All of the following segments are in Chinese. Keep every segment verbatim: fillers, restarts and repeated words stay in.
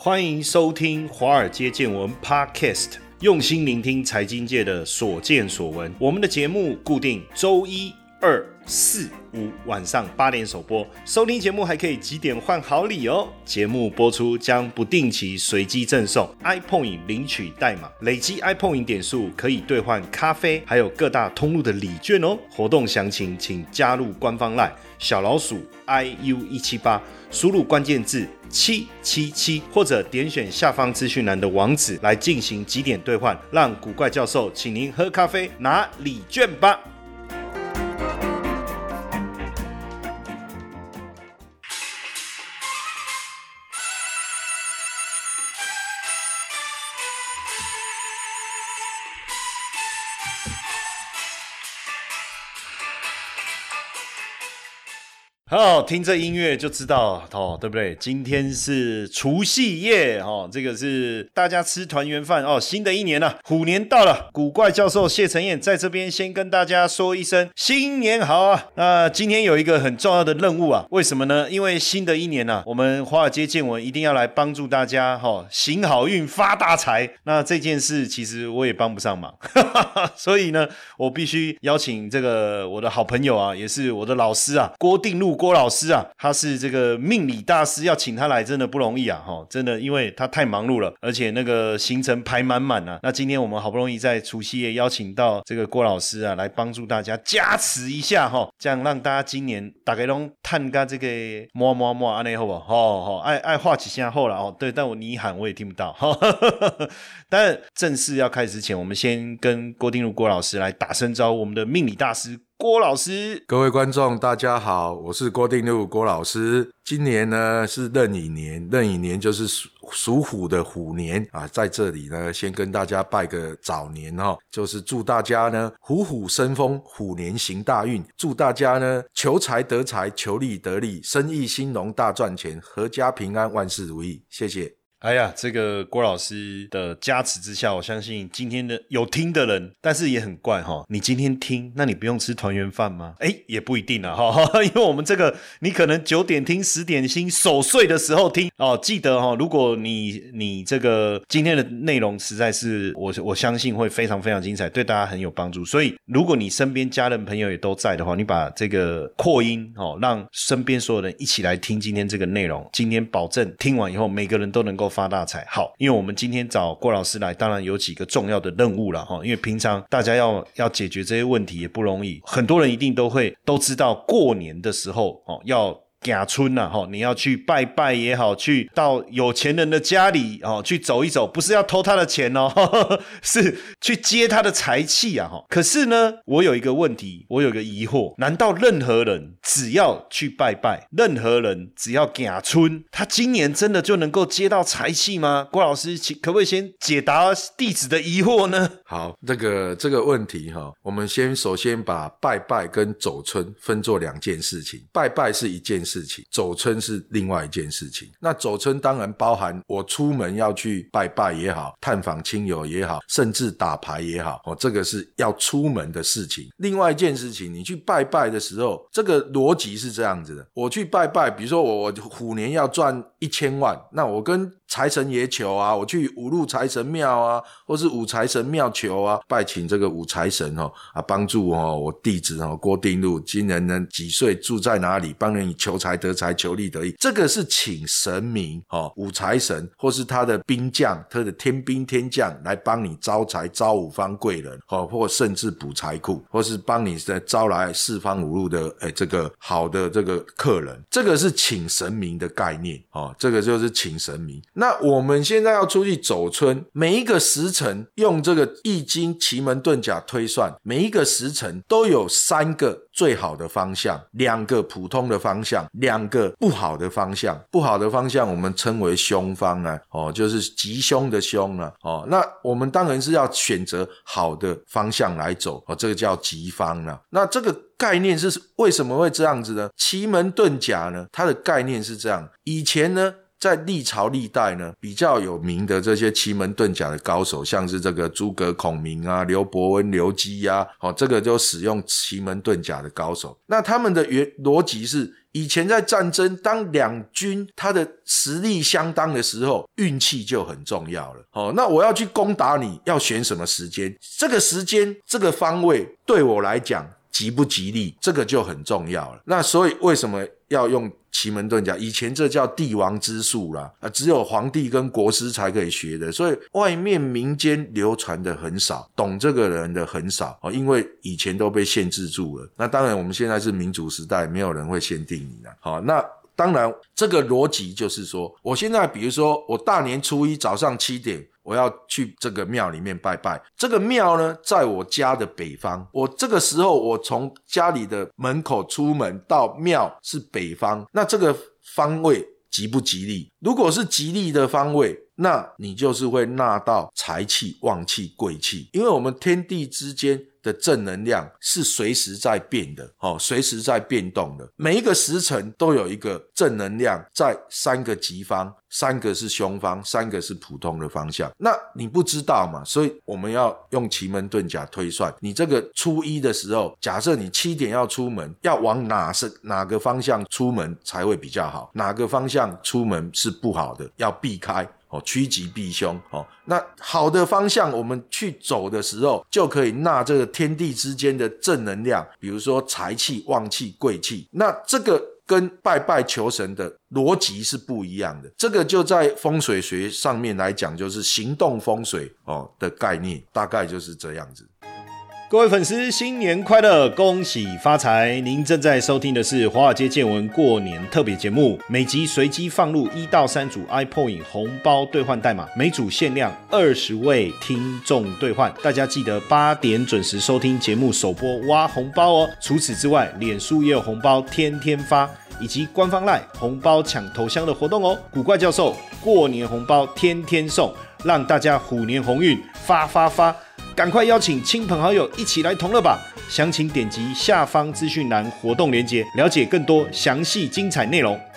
欢迎收听华尔街见闻 Podcast， 用心聆听财经界的所见所闻。我们的节目固定周一、二、四、五晚上八点首播，收听节目还可以几点换好礼哦。节目播出将不定期随机赠送 iPoint 领取代码，累积 iPoint 点数可以兑换咖啡，还有各大通路的礼券哦。活动详情请加入官方 LINE 小老鼠 I U 一七八，输入关键字七七七，或者点选下方资讯栏的网址来进行几点兑换，让古怪教授请您喝咖啡拿礼券吧。好，听这音乐就知道哦，对不对？今天是除夕夜哦，这个是大家吃团圆饭哦。新的一年啊，虎年到了，古怪教授谢承彦在这边先跟大家说一声新年好啊。那今天有一个很重要的任务啊，为什么呢？因为新的一年啊，我们华尔街见闻一定要来帮助大家哦，行好运发大财。那这件事其实我也帮不上忙，所以呢，我必须邀请这个我的好朋友啊，也是我的老师啊，郭定禄郭老师啊，他是这个命理大师，要请他来真的不容易啊，齁，真的，因为他太忙碌了，而且那个行程排满满啊。那今天我们好不容易在除夕夜邀请到这个郭老师啊，来帮助大家加持一下齁，这样让大家今年大家都探个这个摸摸摸安内好不好？齁齁，爱爱话几下后了哦，对，但我你喊我也听不到。但正式要开始之前，我们先跟郭定禄郭老师来打声招呼，我们的命理大师。郭老师， 各位观众大家好，我是郭定禄郭老师。今年呢是壬寅年，壬寅年就是属属虎的虎年啊，在这里呢先跟大家拜个早年哦，就是祝大家呢虎虎生风，虎年行大运，祝大家呢求财得财，求利得利，生意兴隆，大赚钱，阖家平安，万事如意。谢谢。 哎呀，这个郭老师的加持之下，我相信今天的有听的人，但是也很怪齁，你今天听，那你不用吃团圆饭吗？哎，也不一定啊齁，因为我们这个你可能九点听十点听，守岁的时候听哦。记得齁，如果你你这个今天的内容实在是我我相信会非常非常精彩，对大家很有帮助。所以如果你身边家人朋友也都在的话，你把这个扩音哦，让身边所有人一起来听今天这个内容。今天保证听完以后，每个人都能够发大财。好，因为我们今天找郭老师来，当然有几个重要的任务啦，因为平常大家要要解决这些问题也不容易，很多人一定都会都知道过年的时候要走春啊，你要去拜拜也好，去到有钱人的家里去走一走，不是要偷他的钱哦，是去接他的财气啊。可是呢，我有一个问题，我有一个疑惑，难道任何人只要去拜拜，任何人只要走春，他今年真的就能够接到财气吗？郭老师可不可以先解答弟子的疑惑呢？ 好，这个这个问题哈，我们先首先把拜拜跟走春分作两件事情，拜拜是一件事情，走春是另外一件事情。那走春当然包含我出门要去拜拜也好，探访亲友也好，甚至打牌也好，哦，这个是要出门的事情。另外一件事情，你去拜拜的时候，这个逻辑是这样子的，我去拜拜，比如说我我虎年要赚一千万，那我跟财神爷求啊，我去五路财神庙啊，或是五财神庙求啊，拜请这个五财神哦啊，帮助哦我弟子哦郭定禄今年呢几岁住在哪里，帮人求财得财，求利得利，这个是请神明哦，五财神或是他的兵将，他的天兵天将来帮你招财，招五方贵人哦，或甚至补财库，或是帮你招来四方五路的诶这个好的这个客人，这个是请神明的概念哦，这个就是请神明。那我们现在要出去走春，每一个时辰用这个易经奇门遁甲推算，每一个时辰都有三个最好的方向，两个普通的方向，两个不好的方向。不好的方向我们称为凶方啊，哦，就是吉凶的凶啊，哦，那我们当然是要选择好的方向来走，哦，这个叫吉方啊。那这个概念是为什么会这样子呢？奇门遁甲呢，它的概念是这样，以前呢在历朝历代呢，比较有名的这些奇门遁甲的高手，像是这个诸葛孔明啊、刘伯温、刘基啊，哦，这个就使用奇门遁甲的高手。那他们的原逻辑是， 以前在战争，当两军它的实力相当的时候，运气就很重要了。哦，那我要去攻打你，要选什么时间？这个时间，这个方位，对我来讲吉不吉利，这个就很重要了。那所以为什么要用奇门遁甲？以前这叫帝王之术啦，啊，只有皇帝跟国师才可以学的，所以外面民间流传的很少，懂这个人的很少，哦，因为以前都被限制住了。那当然我们现在是民主时代，没有人会限定你啦。好，那当然这个逻辑就是说，我现在比如说我大年初一早上七点我要去这个庙里面拜拜，这个庙呢在我家的北方，我这个时候我从家里的门口出门到庙是北方，那这个方位吉不吉利？如果是吉利的方位，那你就是会纳到财气、旺气、贵气，因为我们天地之间的正能量是随时在变的，哦，随时在变动的，每一个时辰都有一个正能量在三个吉方，三个是凶方，三个是普通的方向。那你不知道嘛，所以我们要用奇门遁甲推算，你这个初一的时候，假设你七点要出门，要往哪是哪个方向出门才会比较好，哪个方向出门是不好的，要避开，哦，趋吉避凶，哦，那好的方向我们去走的时候，就可以纳这个天地之间的正能量，比如说财气、旺气、贵气。那这个跟拜拜求神的逻辑是不一样的，这个就在风水学上面来讲，就是行动风水，哦，的概念，大概就是这样子。 各位粉丝，新年快乐，恭喜发财！您正在收听的是华尔街见闻过年特别节目，每集随机放入一到三组 iPoint 红包兑换代码，每组限量二十位听众兑换。大家记得八点准时收听节目首播挖红包哦！除此之外，脸书也有红包天天发，以及官方 LINE 红包抢头香的活动哦。古怪教授过年红包天天送，让大家虎年鸿运发发发！赶快邀请亲朋好友一起来同乐吧！详情点击下方资讯栏活动连结，了解更多详细精彩内容。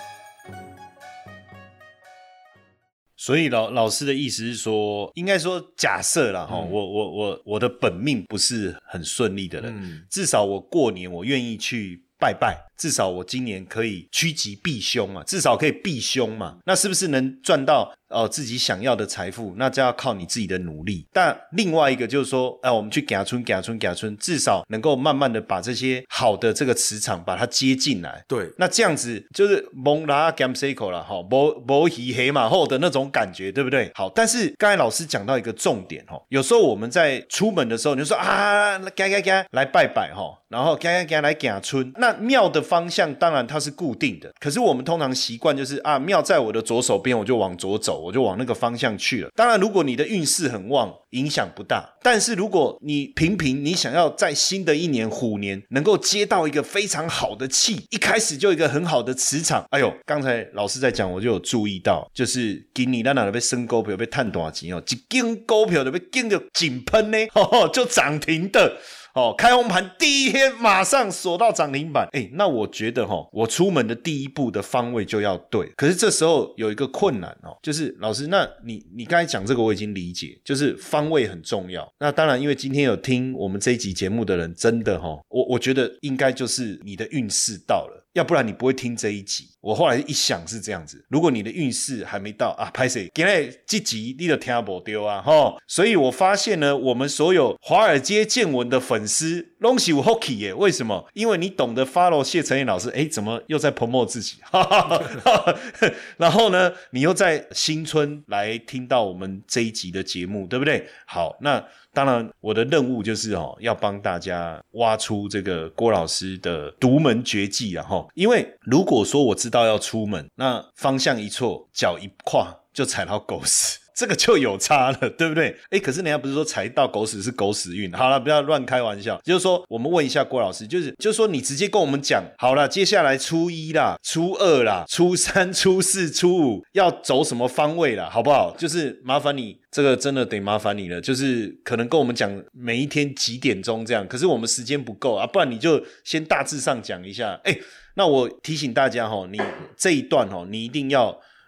所以老老师的意思是说，应该说假设啦，嗯、我我我我的本命不是很顺利的人，嗯、至少我过年我愿意去拜拜，至少我今年可以趋吉避凶嘛，至少可以避凶嘛。那是不是能赚到呃自己想要的财富？那就要靠你自己的努力。但另外一个就是说，哎、呃，我们去给春给春给春，至少能够慢慢的把这些好的这个磁场把它接进来。 对， 那这样子就是蒙拉 gam cycle 啦，哈，无无鱼黑马后的那种感觉，对不对？好，但是刚才老师讲到一个重点哈，有时候我们在出门的时候，你就说啊，该该该来拜拜哈，然后该该该来给春。那庙的方向当然它是固定的，可是我们通常习惯就是啊，庙在我的左手边，我就往左走，我就往那个方向去了。当然，如果你的运势很旺，影响不大。但是如果你频频你想要在新的一年虎年能够接到一个非常好的气，一开始就一个很好的磁场，哎呦，刚才老师在讲，我就有注意到，就是今年咱哪被升股票被赚大钱哦，一根股票就被跟着井喷呢，呵呵，就涨停的。哦，开红盘第一天马上锁到涨停板，哎，那我觉得齁，我出门的第一步的方位就要对。可是这时候有一个困难哦，就是老师，那你你刚才讲这个我已经理解，就是方位很重要。那当然，因为今天有听我们这一集节目的人，真的齁，我我觉得应该就是你的运势到了。要不然你不会听这一集。我后来一想是这样子，如果你的运势还没到啊，拍谁？今天这集你就听不到啊，齁。所以我发现呢，我们所有华尔街见闻的粉丝都是有福气耶。为什么？因为你懂得 follow 谢承彦老师，诶，怎么又在 promote 自己？然后呢，你又在新春来听到我们这一集的节目，对不对？好，那当然我的任务就是哦，要帮大家挖出这个郭老师的独门绝技啊齁。因为如果说我知道要出门，那方向一错，脚一跨就踩到狗屎，这个就有差了，对不对？诶，可是人家不是说踩到狗屎是狗屎运，好了，不要乱开玩笑。就是说，我们问一下郭老师，就是就是说，你直接跟我们讲，好了，接下来初一啦、初二啦、初三、初四、初五要走什么方位啦，好不好？就是麻烦你，这个真的得麻烦你了，就是可能跟我们讲每一天几点钟这样，可是我们时间不够啊，不然你就先大致上讲一下。诶，那我提醒大家齁，你这一段齁，你一定要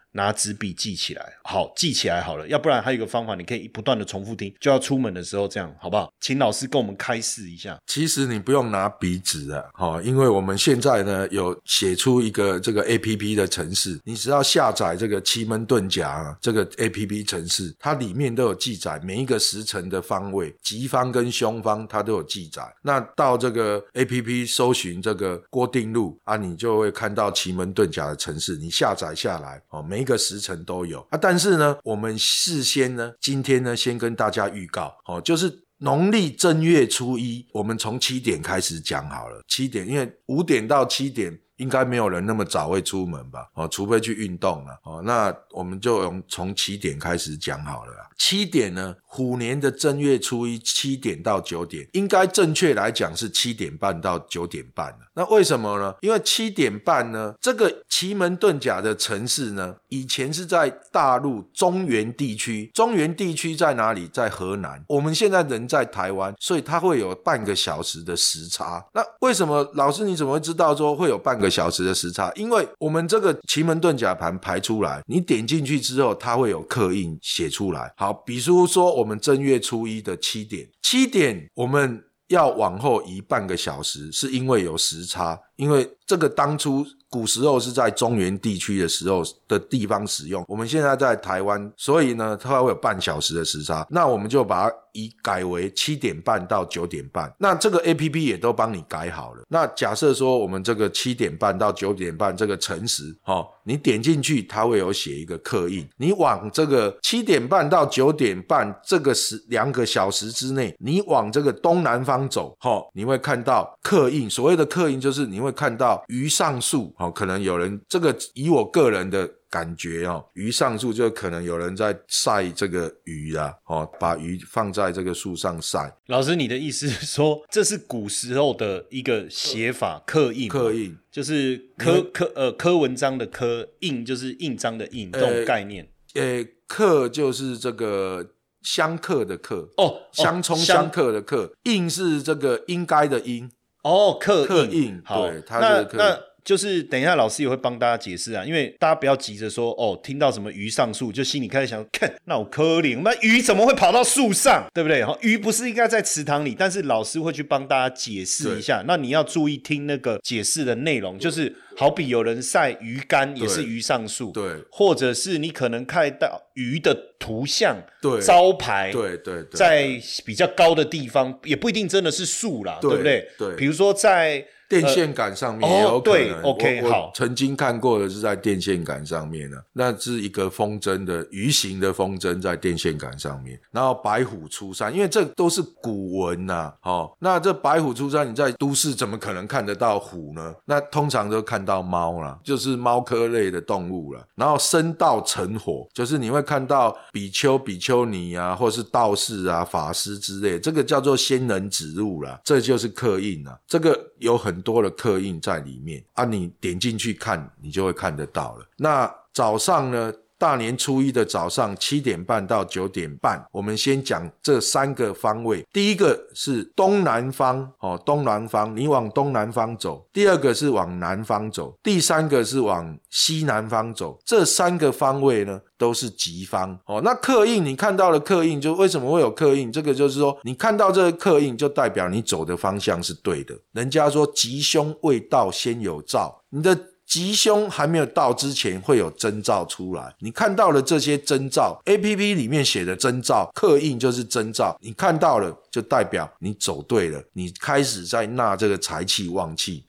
拿纸笔记起来。好，记起来好了，要不然还有一个方法，你可以不断的重复听，就要出门的时候这样，好不好？请老师跟我们开示一下。 其实你不用拿笔纸啊，哦，因为我们现在呢有写出一个这个 A P P 的程式，你只要下载这个奇门遁甲、啊、这个 A P P 程式，它里面都有记载每一个时辰的方位，吉方跟凶方它都有记载。那到这个 A P P 搜寻这个郭定路啊，你就会看到奇门遁甲的程式，你下载下来哦，每一个时辰都有啊。但是呢，我们事先呢，今天呢，先跟大家预告哦，就是农历正月初一，我们从七点开始讲好了。七点，因为五点到七点应该没有人那么早会出门吧？哦，除非去运动了。哦，那我们就从从七点开始讲好了啦。七点呢，虎年的正月初一七点到九点，应该正确来讲是七点半到九点半了。那为什么呢？因为七点半呢，这个奇门遁甲的程式呢，以前是在大陆中原地区，中原地区在哪里？在河南。我们现在人在台湾，所以它会有半个小时的时差。那为什么老师你怎么会知道说会有半个小时的时差？因为我们这个奇门遁甲盘排出来，你点进去之后，它会有刻印写出来。好，比如说我们正月初一的七点，七点我们要往后移半个小时，是因为有时差，因为这个当初古时候是在中原地区的时候的地方使用，我们现在在台湾，所以呢它会有半小时的时差，那我们就把它移改为七点半到九点半。那这个 A P P 也都帮你改好了。那假设说我们这个七点半到九点半这个辰时、哦、你点进去它会有写一个刻印，你往这个七点半到九点半这个时两个小时之内，你往这个东南方走、哦、你会看到刻印。所谓的刻印就是你会看到鱼上树、哦、可能有人，这个以我个人的感觉哦，鱼上树就可能有人在晒这个鱼啊，哦，把鱼放在这个树上晒。 老师，你的意思是说，这是古时候的一个写法，刻印， 刻印就是刻刻呃刻文章的刻，印就是印章的印，这种概念。 呃，刻就是这个相克的克哦， 相冲相克的克，印是这个应该的应。 哦，刻印， 刻印，对，它是刻印。 那那就是等一下老师也会帮大家解释啊，因为大家不要急着说哦，听到什么鱼上树就心里开始想，看那我可怜，那鱼怎么会跑到树上，对不对？鱼不是应该在池塘里，但是老师会去帮大家解释一下，那你要注意听那个解释的内容，就是好比有人晒鱼竿也是鱼上树， 对， 或者是你可能看到鱼的图像， 对， 招牌， 对对对， 在比较高的地方，也不一定真的是树啦， 对, 对不对？ 对， 比如说在电线杆上面也有可能、 呃哦、对 OK 好， 曾经看过的是在电线杆上面、啊、那是一个风筝的鱼形的风筝在电线杆上面，然后白虎出山，因为这都是古文啊、哦、那这白虎出山你在都市怎么可能看得到虎呢？那通常都看到猫啦，就是猫科类的动物啦。然后生道成火，就是你会看到比丘比丘尼啊，或是道士啊法师之类，这个叫做仙人指路啦，这就是刻印啊，这个有很多的刻印在里面啊，你点进去看你就会看得到了。那早上呢，大年初一的早上七点半到九点半，我们先讲这三个方位。第一个是东南方、哦、东南方，你往东南方走。第二个是往南方走。第三个是往西南方走。这三个方位呢都是吉方、哦、那刻印你看到的刻印，就为什么会有刻印，这个就是说你看到这个刻印就代表你走的方向是对的。人家说吉凶未到先有兆，你的吉凶还没有到之前会有征兆出来，你看到了这些征兆， A P P 里面写的征兆，刻印就是征兆，你看到了就代表你走对了，你开始在纳这个财气旺气。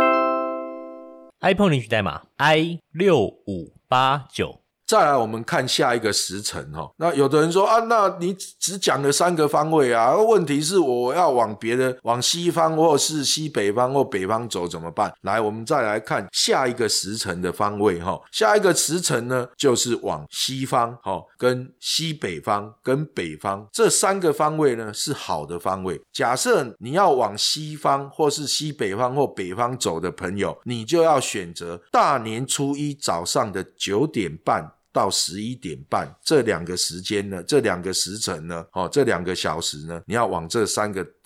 iPhone 领取代码 I 六五八九。 再来我们看下一个时辰、哦、那有的人说啊，那你只讲了三个方位啊，问题是我要往别的往西方或是西北方或北方走怎么办？来，我们再来看下一个时辰的方位、哦、下一个时辰呢就是往西方、哦、跟西北方跟北方，这三个方位呢是好的方位。假设你要往西方或是西北方或北方走的朋友，你就要选择大年初一早上的九点半到十一点半，这两个时间呢，这两个时辰呢、哦、这两个小时呢，你要往这三个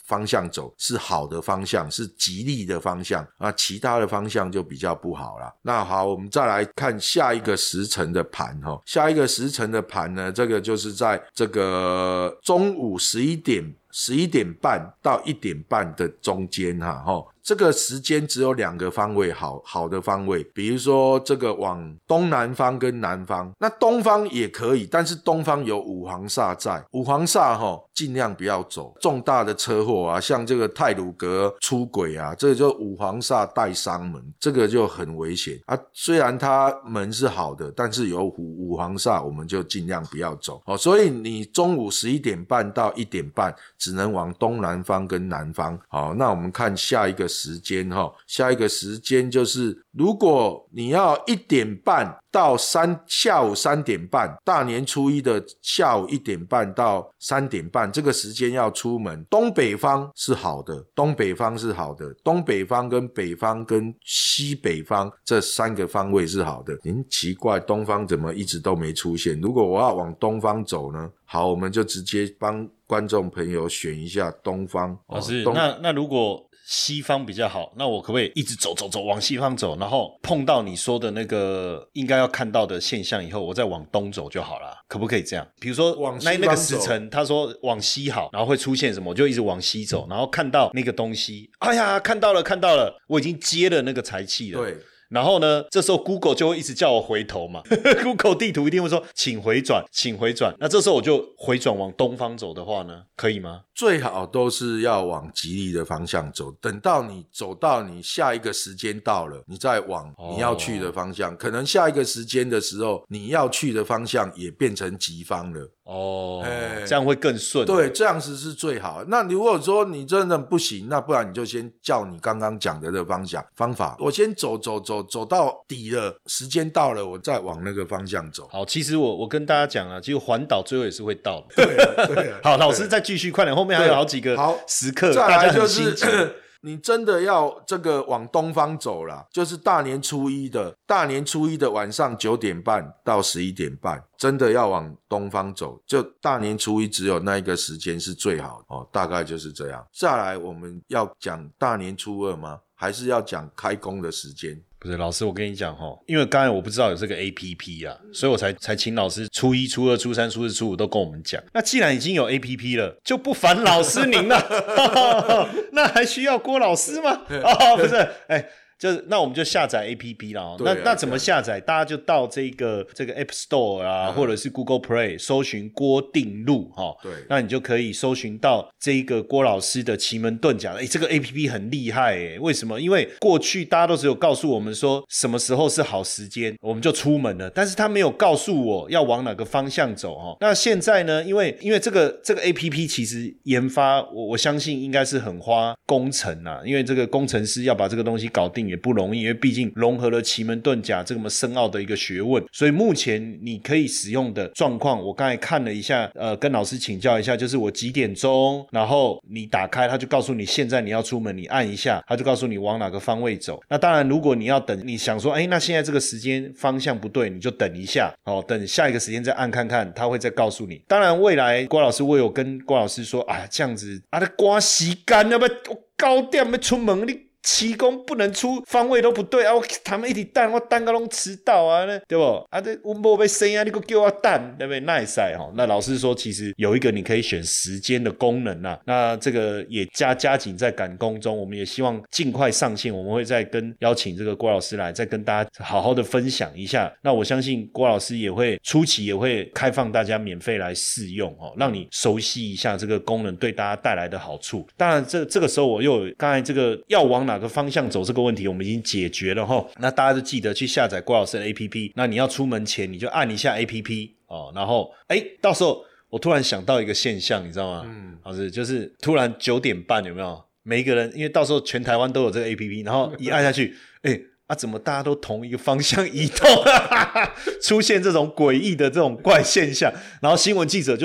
方向走是好的方向，是吉利的方向啊，其他的方向就比较不好啦。那好，我们再来看下一个时辰的盘齁，下一个时辰的盘呢，这个就是在这个中午十一点十一点半到一点半的中间哈齁，这个时间只有两个方位好好的方位，比如说这个往东南方跟南方，那东方也可以，但是东方有五黄煞在，五黄煞齁尽量不要走，重大的车祸啊，像这个太鲁阁出轨啊，这个就五黄煞带伤门，这个就很危险啊。虽然它门是好的，但是有五五黄煞，我们就尽量不要走哦。所以你中午十一点半到一点半只能往东南方跟南方。好，那我们看下一个时间齁，下一个时间就是如果你要一点半到三下午三点半，大年初一的下午一点半到三点半，这个时间要出门，东北方是好的，东北方是好的，东北方跟北方跟西北方这三个方位是好的。嗯，奇怪，东方怎么一直都没出现？如果我要往东方走呢？好，我们就直接帮观众朋友选一下东方。 老师， 哦、 那那如果西方比较好，那我可不可以一直走走走往西方走，然后碰到你说的那个应该要看到的现象以后，我再往东走就好了，可不可以这样？比如说往西方走， 那那个时辰他说往西好，然后会出现什么，我就一直往西走，然后看到那个东西，哎呀，看到了看到了，我已经接了那个财气了。 对。 然后呢，这时候 Google 就会一直叫我回头嘛Google 地图一定会说请回转请回转，那这时候我就回转往东方走的话呢，可以吗？ 最好都是要往吉利的方向走，等到你走到你下一个时间到了，你再往你要去的方向、哦、可能下一个时间的时候你要去的方向也变成吉方了哦，这样会更顺。 对，这样子是最好。那如果说你真的不行，那不然你就先照你刚刚讲的这个方向方法，我先走走走走到底了，时间到了我再往那个方向走。 好，其实我我跟大家讲啊，其实环岛最后也是会到的。 对啊对啊好，老师再继续快点，后面还有好几个时刻再来就是大家很心急你真的要这个往东方走啦，就是大年初一的大年初一的晚上九点半到十一点半，真的要往东方走，就大年初一只有那一个时间是最好的哦，大概就是这样。再来我们要讲大年初二吗？还是要讲开工的时间？ 不是，老师我跟你讲齁，因为刚才我不知道有这个 A P P 啊，所以我才才请老师初一初二初三初四初五都跟我们讲。那既然已经有 A P P 了，就不烦老师您了那还需要郭老师吗？哦，不是，哎就是那我们就下载 A P P 啦、哦啊、那那怎么下载？大家就到这个这个 App Store 啊、嗯、或者是 Google Play 搜寻郭定路齁、哦、 对， 那你就可以搜寻到这个郭老师的奇门遁甲。诶这个 A P P 很厉害诶，为什么？因为过去大家都只有告诉我们说什么时候是好时间我们就出门了，但是他没有告诉我要往哪个方向走、哦、那现在呢，因为因为这个这个 A P P 其实研发我我相信应该是很花工程啊，因为这个工程师要把这个东西搞定也不容易，因为毕竟融合了奇门遁甲这么深奥的一个学问，所以目前你可以使用的状况我刚才看了一下，呃，跟老师请教一下，就是我几点钟，然后你打开他就告诉你现在你要出门，你按一下他就告诉你往哪个方位走。那当然如果你要等，你想说哎，那现在这个时间方向不对，你就等一下哦，等下一个时间再按看看他会再告诉你。当然未来郭老师我有跟郭老师说啊，这样子啊，你赶时间要不九点要出门你七公不能出，方位都不对啊！我他们一直等，我等到都迟到啊，对不？啊，这我没被生啊，你给叫我等，对不对？那也塞哈。那老师说，其实有一个你可以选时间的功能啊，那这个也加加紧在赶工中，我们也希望尽快上线。我们会再跟邀请这个郭老师来，再跟大家好好的分享一下。那我相信郭老师也会初期也会开放大家免费来试用哦，让你熟悉一下这个功能对大家带来的好处。当然这，这这个时候我又有刚才这个要往哪哪个方向走这个问题我们已经解决了齁，那大家就记得去下载郭老师的 A P P， 那你要出门前你就按一下 A P P 哦，然后诶到时候我突然想到一个现象你知道吗？嗯，老师就是突然九点半有没有每一个人，因为到时候全台湾都有这个 A P P， 然后一按下去诶啊怎么大家都同一个方向移动出现这种诡异的这种怪现象，然后新闻记者就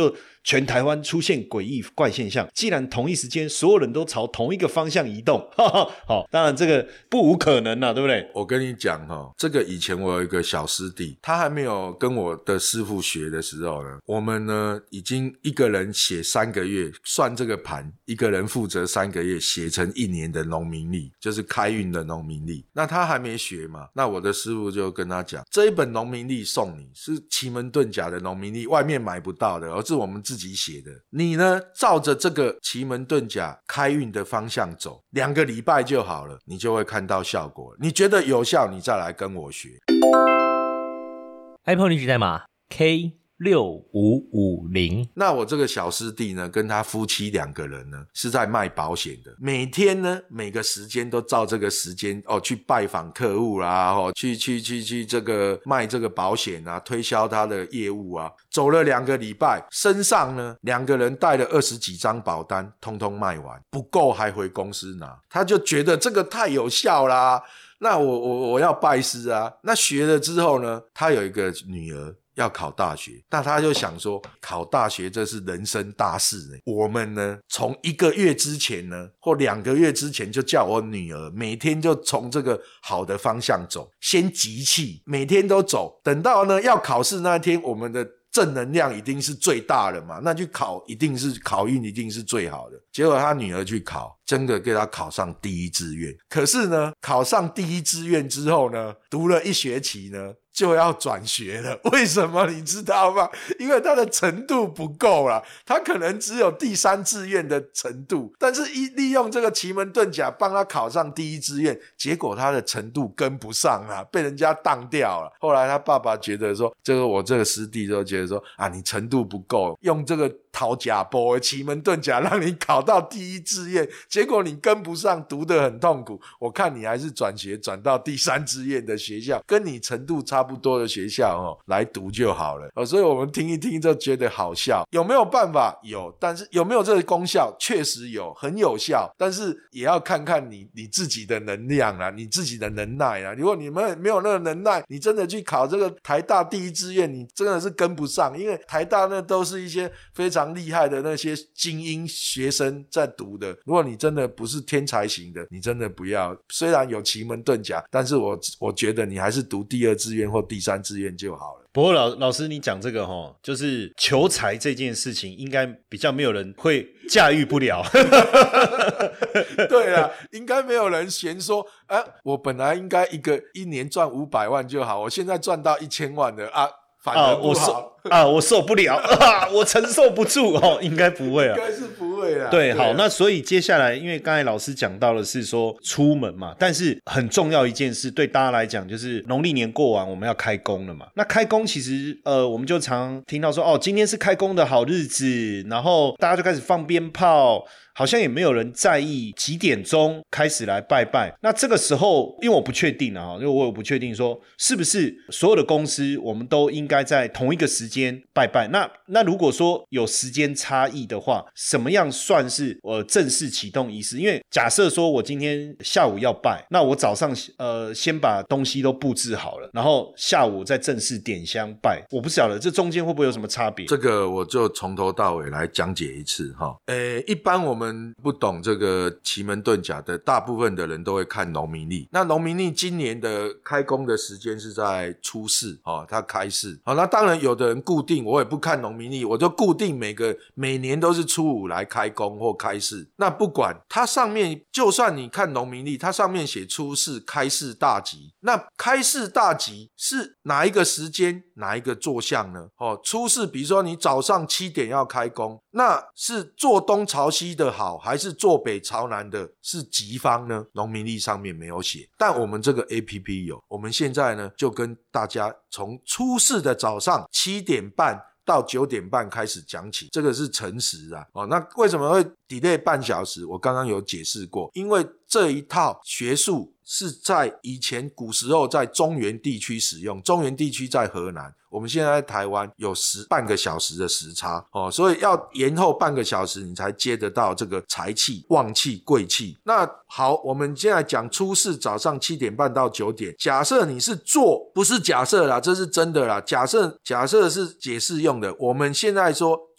全台湾出现诡异怪现象，既然同一时间所有人都朝同一个方向移动，哈哈，好，当然这个不无可能啊，对不对？ 我跟你讲哈，这个以前我有一个小师弟，他还没有跟我的师傅学的时候呢，我们呢已经一个人写三个月，算这个盘，一个人负责三个月写成一年的农民历，就是开运的农民历。那他还没学嘛，那我的师傅就跟他讲，这一本农民历送你，是奇门遁甲的农民历，外面买不到的，而是我们自己写的。你呢，照着这个奇门遁甲开运的方向走，两个礼拜就好了，你就会看到效果。你觉得有效，你再来跟我学。 iPhone 领取代码 K六五五零。 那我这个小师弟呢，跟他夫妻两个人呢，是在卖保险的。每天呢，每个时间都照这个时间哦，去拜访客户啦，哦，去去去去这个卖这个保险啊，推销他的业务啊。走了两个礼拜，身上呢，两个人带了二十几张保单，通通卖完，不够还回公司拿。他就觉得这个太有效啦。那我我我要拜师啊。那学了之后呢，他有一个女儿要考大学，那他就想说，考大学这是人生大事呢。我们呢，从一个月之前呢，或两个月之前就叫我女儿每天就从这个好的方向走，先集气，每天都走。等到呢要考试那天，我们的正能量一定是最大的嘛，那去考一定是考运一定是最好的。结果他女儿去考，真的给他考上第一志愿。可是呢，考上第一志愿之后呢，读了一学期呢，就要转学了。为什么你知道吗？因为他的程度不够啦，他可能只有第三志愿的程度，但是一利用这个奇门遁甲帮他考上第一志愿，结果他的程度跟不上啊，被人家当掉了。后来他爸爸觉得说，这个我这个师弟就觉得说啊，你程度不够，用这个讨假波的奇门遁甲让你考到第一志愿，结果你跟不上，读得很痛苦。我看你还是转学转到第三志愿的学校，跟你程度差不多的学校哦来读就好了。哦，所以我们听一听就觉得好笑。有没有办法？有，但是有没有这个功效？确实有，很有效，但是也要看看你你自己的能量啦，你自己的能耐啦。如果你们没有那个能耐，你真的去考这个台大第一志愿，你真的是跟不上，因为台大那都是一些非常厉害的那些精英学生在读的。如果你真的不是天才型的，你真的不要。虽然有奇门遁甲，但是我我觉得你还是读第二志愿或第三志愿就好了。 不过老老师你讲这个齁，就是求财这件事情应该比较没有人会驾驭不了。 对啦，应该没有人嫌说啊，我本来应该一个一年赚五百万就好，我现在赚到一千万了啊，反而不好。 啊，我受不了啊，我承受不住哦，应该不会啊， 应该是不会啦。 对，好，那所以接下来，因为刚才老师讲到的是说出门嘛，但是很重要一件事，对大家来讲就是农历年过完，我们要开工了嘛。那开工其实呃，我们就常听到说，哦，今天是开工的好日子，然后大家就开始放鞭炮。好像也没有人在意几点钟开始来拜拜。那这个时候，因为我不确定啊，因为我也不确定说是不是所有的公司我们都应该在同一个时间拜拜。那那如果说有时间差异的话，什么样算是呃正式启动仪式？因为假设说我今天下午要拜，那我早上呃先把东西都布置好了，然后下午再正式点香拜。我不晓得这中间会不会有什么差别？ 这个我就从头到尾来讲解一次哈。呃，一般我们不懂这个奇门遁甲的，大部分的人都会看农民历。那农民历今年的开工的时间是在初四，哦，它开市。好，那当然有的人固定，我也不看农民历，我就固定每个每年都是初五来开工或开市。那不管它上面，就算你看农民历，它上面写初四开市大吉，那开市大吉是哪一个时间哪一个坐向呢？哦，初四比如说你早上七点要开工，那是坐东朝西的好，还是坐北朝南的是吉方呢？农民历上面没有写，但我们这个 A P P 有。我们现在呢就跟大家从初四的早上七点半到九点半开始讲起，这个是辰时啊。哦，那为什么会 delay 半小时？我刚刚有解释过，因为这一套学术是在以前古时候在中原地区使用，中原地区在河南，我们现在在台湾有十半个小时的时差哦，所以要延后半个小时你才接得到这个财气、旺气、贵气。那好，我们现在讲初四早上七点半到九点，假设你是坐，不是假设啦，这是真的啦，假设假设是解释用的，我们现在说初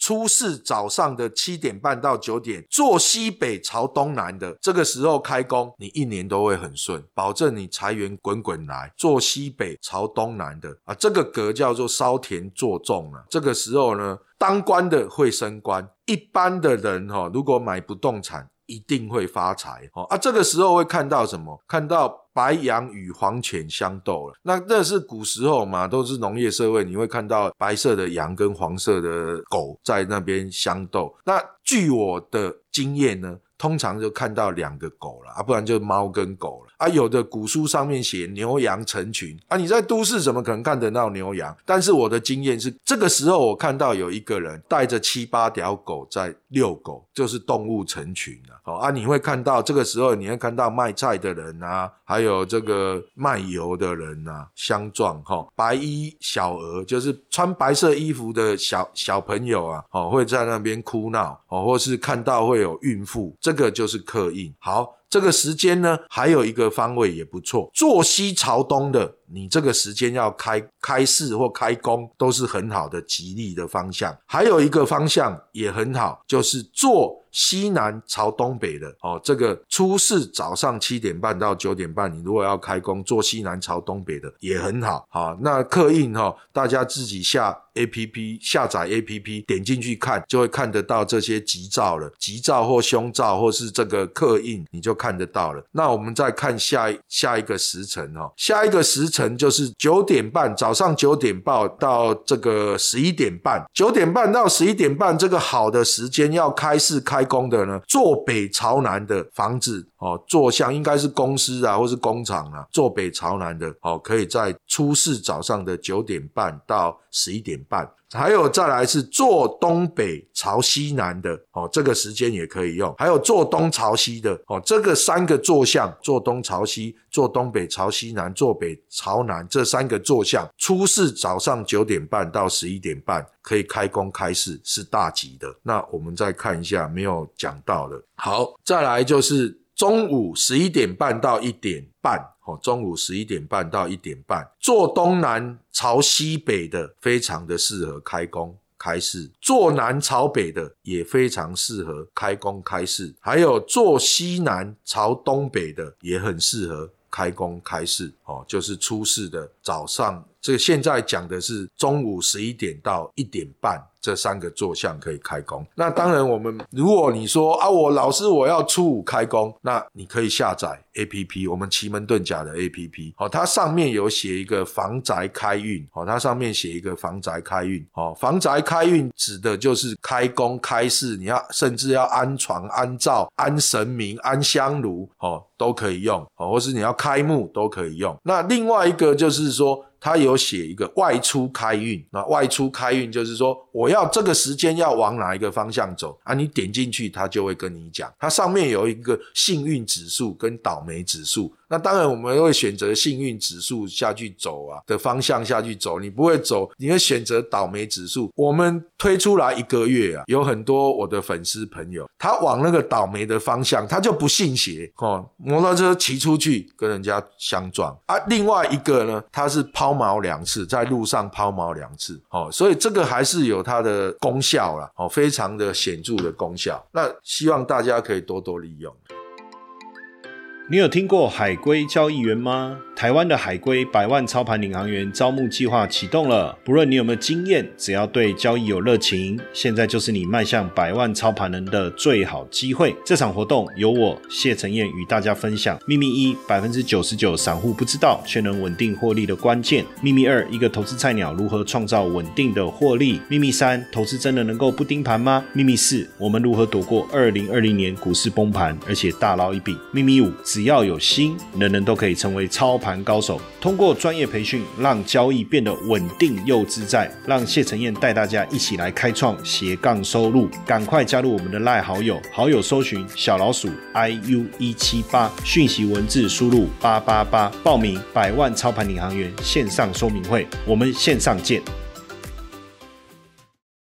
初四早上的七点半到九点，坐西北朝东南的，这个时候开工，你一年都会很顺，保证你财源滚滚来。坐西北朝东南的啊，这个格叫做烧田作种啊。这个时候呢，当官的会升官，一般的人哦，如果买不动产一定会发财哦啊。这个时候会看到什么？看到白羊与黄犬相斗了。那这是古时候嘛，都是农业社会，你会看到白色的羊跟黄色的狗在那边相斗。那据我的经验呢，通常就看到两个狗了啊，不然就猫跟狗了啊。有的古书上面写牛羊成群啊，你在都市怎么可能看得到牛羊？但是我的经验是，这个时候我看到有一个人带着七八条狗在遛狗，就是动物成群啊。哦啊，你会看到这个时候，你会看到卖菜的人啊，还有这个卖油的人啊，相撞哈、哦。白衣小儿就是穿白色衣服的小小朋友啊，哦会在那边哭闹哦，或是看到会有孕妇，这个就是刻印。好。这个时间呢，还有一个方位也不错，坐西朝东的，你这个时间要开开市或开工都是很好的吉利的方向。还有一个方向也很好，就是坐西南朝东北的哦，这个初四早上七点半到九点半，你如果要开工，坐西南朝东北的也很好。好，那刻印哈、哦，大家自己下 A P P 下载 A P P 点进去看，就会看得到这些吉兆了，吉兆或凶兆或是这个刻印，你就看得到了。那我们再看下下一个时辰哦，下一个时辰就是九点半，早上九点半到这个十一点半，九点半到十一点半这个好的时间要开市开工的呢，坐北朝南的房子哦，坐向应该是公司啊或是工厂啊，坐北朝南的哦，可以在初四早上的九点半到十一点半。还有再来是坐东北朝西南的哦，这个时间也可以用。还有坐东朝西的哦，这个三个坐向，坐东朝西，坐东北朝西南，坐北朝南，这三个坐向，初四早上九点半到十一点半可以开工开市，是大吉的。那我们再看一下没有讲到的。好，再来就是中午十一点半到一点半。哦，中午十一点半到一点半，坐东南朝西北的非常的适合开工开市，坐南朝北的也非常适合开工开市，还有坐西南朝东北的也很适合开工开市。哦，就是初四的早上，这个现在讲的是中午十一点到一点半这三个坐向可以开工。那当然我们如果你说啊，我老师我要初五开工，那你可以下载 A P P， 我们奇门遁甲的 A P P， 哦，它上面有写一个房宅开运，哦，它上面写一个房宅开运，哦，房宅开运指的就是开工开市，你要甚至要安床安灶安神明安香炉，哦，都可以用，哦，或是你要开幕都可以用。那另外一个就是说他有写一个外出开运，那外出开运就是说我要这个时间要往哪一个方向走啊，你点进去他就会跟你讲，它上面有一个幸运指数跟倒霉指数。那当然我们会选择幸运指数下去走啊的方向下去走，你不会走，你会选择倒霉指数。我们推出来一个月啊，有很多我的粉丝朋友他往那个倒霉的方向他就不信邪哦，摩托车骑出去跟人家相撞啊。另外一个呢，他是抛锚两次，在路上抛锚两次哦，所以这个还是有它的功效啦哦，非常的显著的功效。那希望大家可以多多利用。 你有听过海龟交易员吗？台湾的海龟百万操盘领航员招募计划启动了，不论你有没有经验，只要对交易有热情，现在就是你迈向百万操盘人的最好机会。这场活动由我谢承彦与大家分享秘密一 百分之九十九 散户不知道却能稳定获利的关键，秘密二一个投资菜鸟如何创造稳定的获利，秘密三投资真的能够不盯盘吗？秘密四我们如何躲过二零二零年股市崩盘而且大捞一笔？秘密五只要有心，人人都可以成为操盘高手。通过专业培训，让交易变得稳定又自在。让谢承彦带大家一起来开创斜杠收入。赶快加入我们的 LINE 好友，好友搜寻小老鼠 I U 一七八， 讯息文字输入八八八，报名百万操盘领航员线上说明会。我们线上见。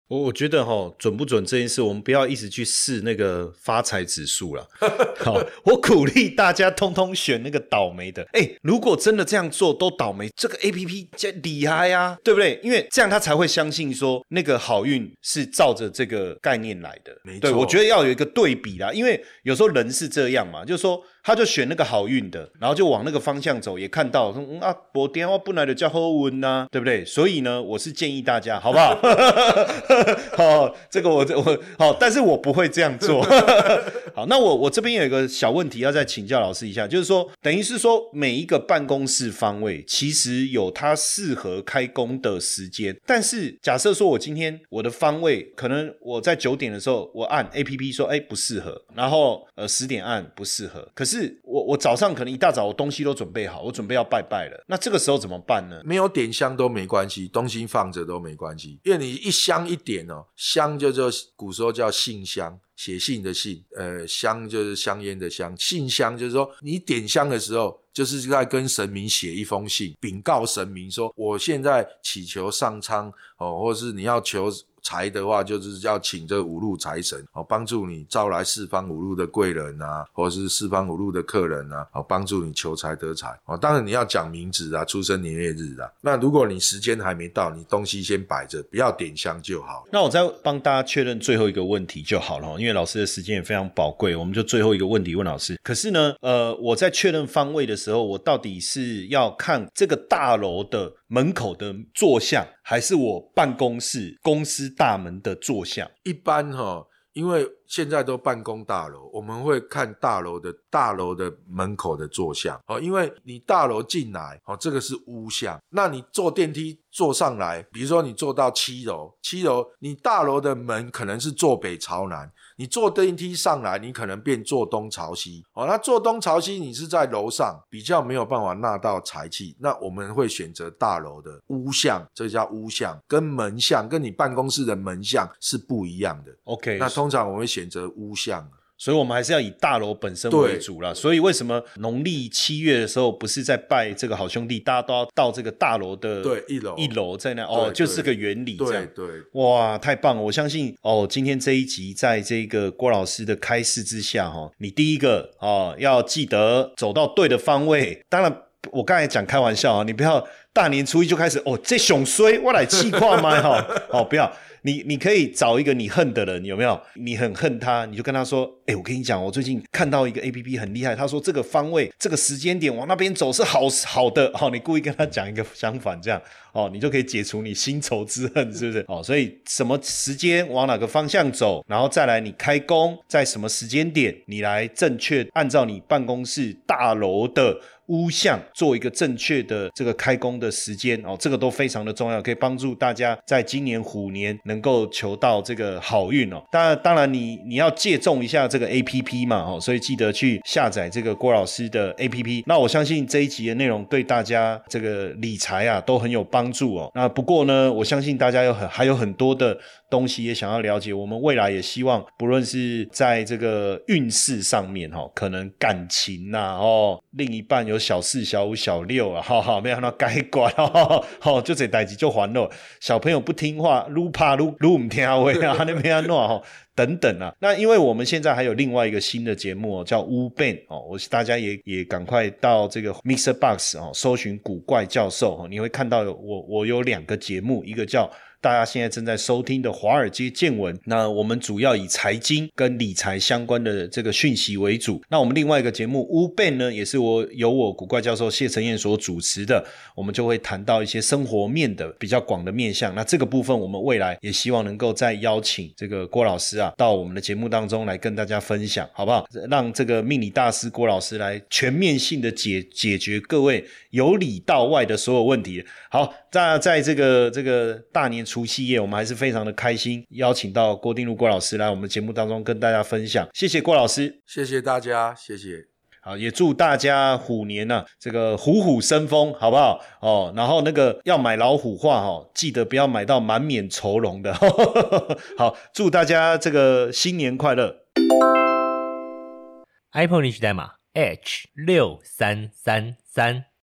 我我觉得齁准不准这件事，我们不要一直去试那个发财指数啦。好，我鼓励大家通通选那个倒霉的。哎、欸，如果真的这样做都倒霉，这个 A P P 就厉害啊，对不对？因为这样他才会相信说那个好运是照着这个概念来的。 没错， 对，我觉得要有一个对比啦，因为有时候人是这样嘛，就是说他就选那个好运的，然后就往那个方向走，也看到说、嗯、啊，我电话本来就叫好运呐，对不对？所以呢，我是建议大家，好不好？好，这个我我好，但是我不会这样做。好，那我我这边有一个小问题要再请教老师一下，就是说，等于是说每一个办公室方位其实有它适合开工的时间，但是假设说我今天我的方位可能我在九点的时候我按 A P P 说哎不适合，然后呃十点按不适合，可是我我早上可能一大早我东西都准备好，我准备要拜拜了，那这个时候怎么办呢？ 没有点香都没关系，东西放着都没关系，因为你一香一点哦，香就就古时候叫信香，写信的信，呃，香就是香烟的香，信香就是说你点香的时候就是在跟神明写一封信，禀告神明说我现在祈求上苍哦，或是你要求财的话，就是要请这五路财神哦，帮助你招来四方五路的贵人啊，或者是四方五路的客人啊，哦，帮助你求财得财哦。当然你要讲名字啊，出生年月日啊。那如果你时间还没到，你东西先摆着，不要点香就好。 那我再帮大家确认最后一个问题就好了，因为老师的时间也非常宝贵，我们就最后一个问题问老师。可是呢，呃，我在确认方位的时候，我到底是要看这个大楼的门口的坐向，还是我办公室公司大门的坐向？ 一般齁，因为现在都办公大楼，我们会看大楼的大楼的门口的坐向哦，因为你大楼进来哦，这个是屋向，那你坐电梯坐上来，比如说你坐到七楼，七楼你大楼的门可能是坐北朝南，你坐电梯上来，你可能变坐东朝西哦。那坐东朝西，你是在楼上，比较没有办法纳到财气。那我们会选择大楼的屋向，这个叫屋向，跟门向，跟你办公室的门向是不一样的。 OK， 那通常我们会选择屋向。 所以我们还是要以大楼本身为主啦。所以为什么农历七月的时候不是在拜这个好兄弟，大家都要到这个大楼的对一楼一楼在那哦，就是个原理这样。 对对， 哇，太棒了！我相信哦，今天这一集在这个郭老师的开示之下哈、哦，你第一个哦要记得走到对的方位。当然，我刚才讲开玩笑啊，你不要大年初一就开始哦，这熊衰我来气跨吗？哈哦，不要。你你可以找一个你恨的人，有没有？你很恨他，你就跟他说：“哎、欸，我跟你讲，我最近看到一个 A P P 很厉害，他说这个方位、这个时间点往那边走是好好的。”哦，你故意跟他讲一个相反，这样哦，你就可以解除你新仇之恨，是不是？哦，所以什么时间往哪个方向走，然后再来你开工在什么时间点，你来正确按照你办公室大楼的屋向做一个正确的这个开工的时间哦，这个都非常的重要，可以帮助大家在今年虎年能够求到这个好运哦。当然，当然你你要借重一下这个 A P P 嘛哦，所以记得去下载这个郭老师的 A P P。那我相信这一集的内容对大家这个理财啊都很有帮助哦。那不过呢，我相信大家有很还有很多的东西也想要了解，我们未来也希望不论是在这个运势上面哦，可能感情啊哦，另一半有小四、小五、小六啊，好好没有那该管哦，好就这代志就还了。小朋友不听话，愈怕愈愈唔听话啊，那边安怎哦？等等啊，那因为我们现在还有另外一个新的节目哦，叫乌变哦，我大家也也赶快到这个 Mixer Box 哦，搜寻古怪教授哦，你会看到我我有两个节目，一个叫大家现在正在收听的华尔街见闻，那我们主要以财经跟理财相关的这个讯息为主。那我们另外一个节目乌变呢，也是我由我古怪教授谢承彦所主持的，我们就会谈到一些生活面的比较广的面向。那这个部分我们未来也希望能够再邀请这个郭老师啊到我们的节目当中来跟大家分享，好不好？让这个命理大师郭老师来全面性的解解决各位由里到外的所有问题。好，在在这个这个大年除夕夜，我们还是非常的开心，邀请到郭定禄郭老师来我们节目当中跟大家分享。谢谢郭老师， 谢谢大家，谢谢。 好，也祝大家虎年啊，这个虎虎生风，好不好？哦，然后那个要买老虎画哦，记得不要买到满面愁容的。好，祝大家这个新年快乐。 iPhone 历史代码 H 六三三三。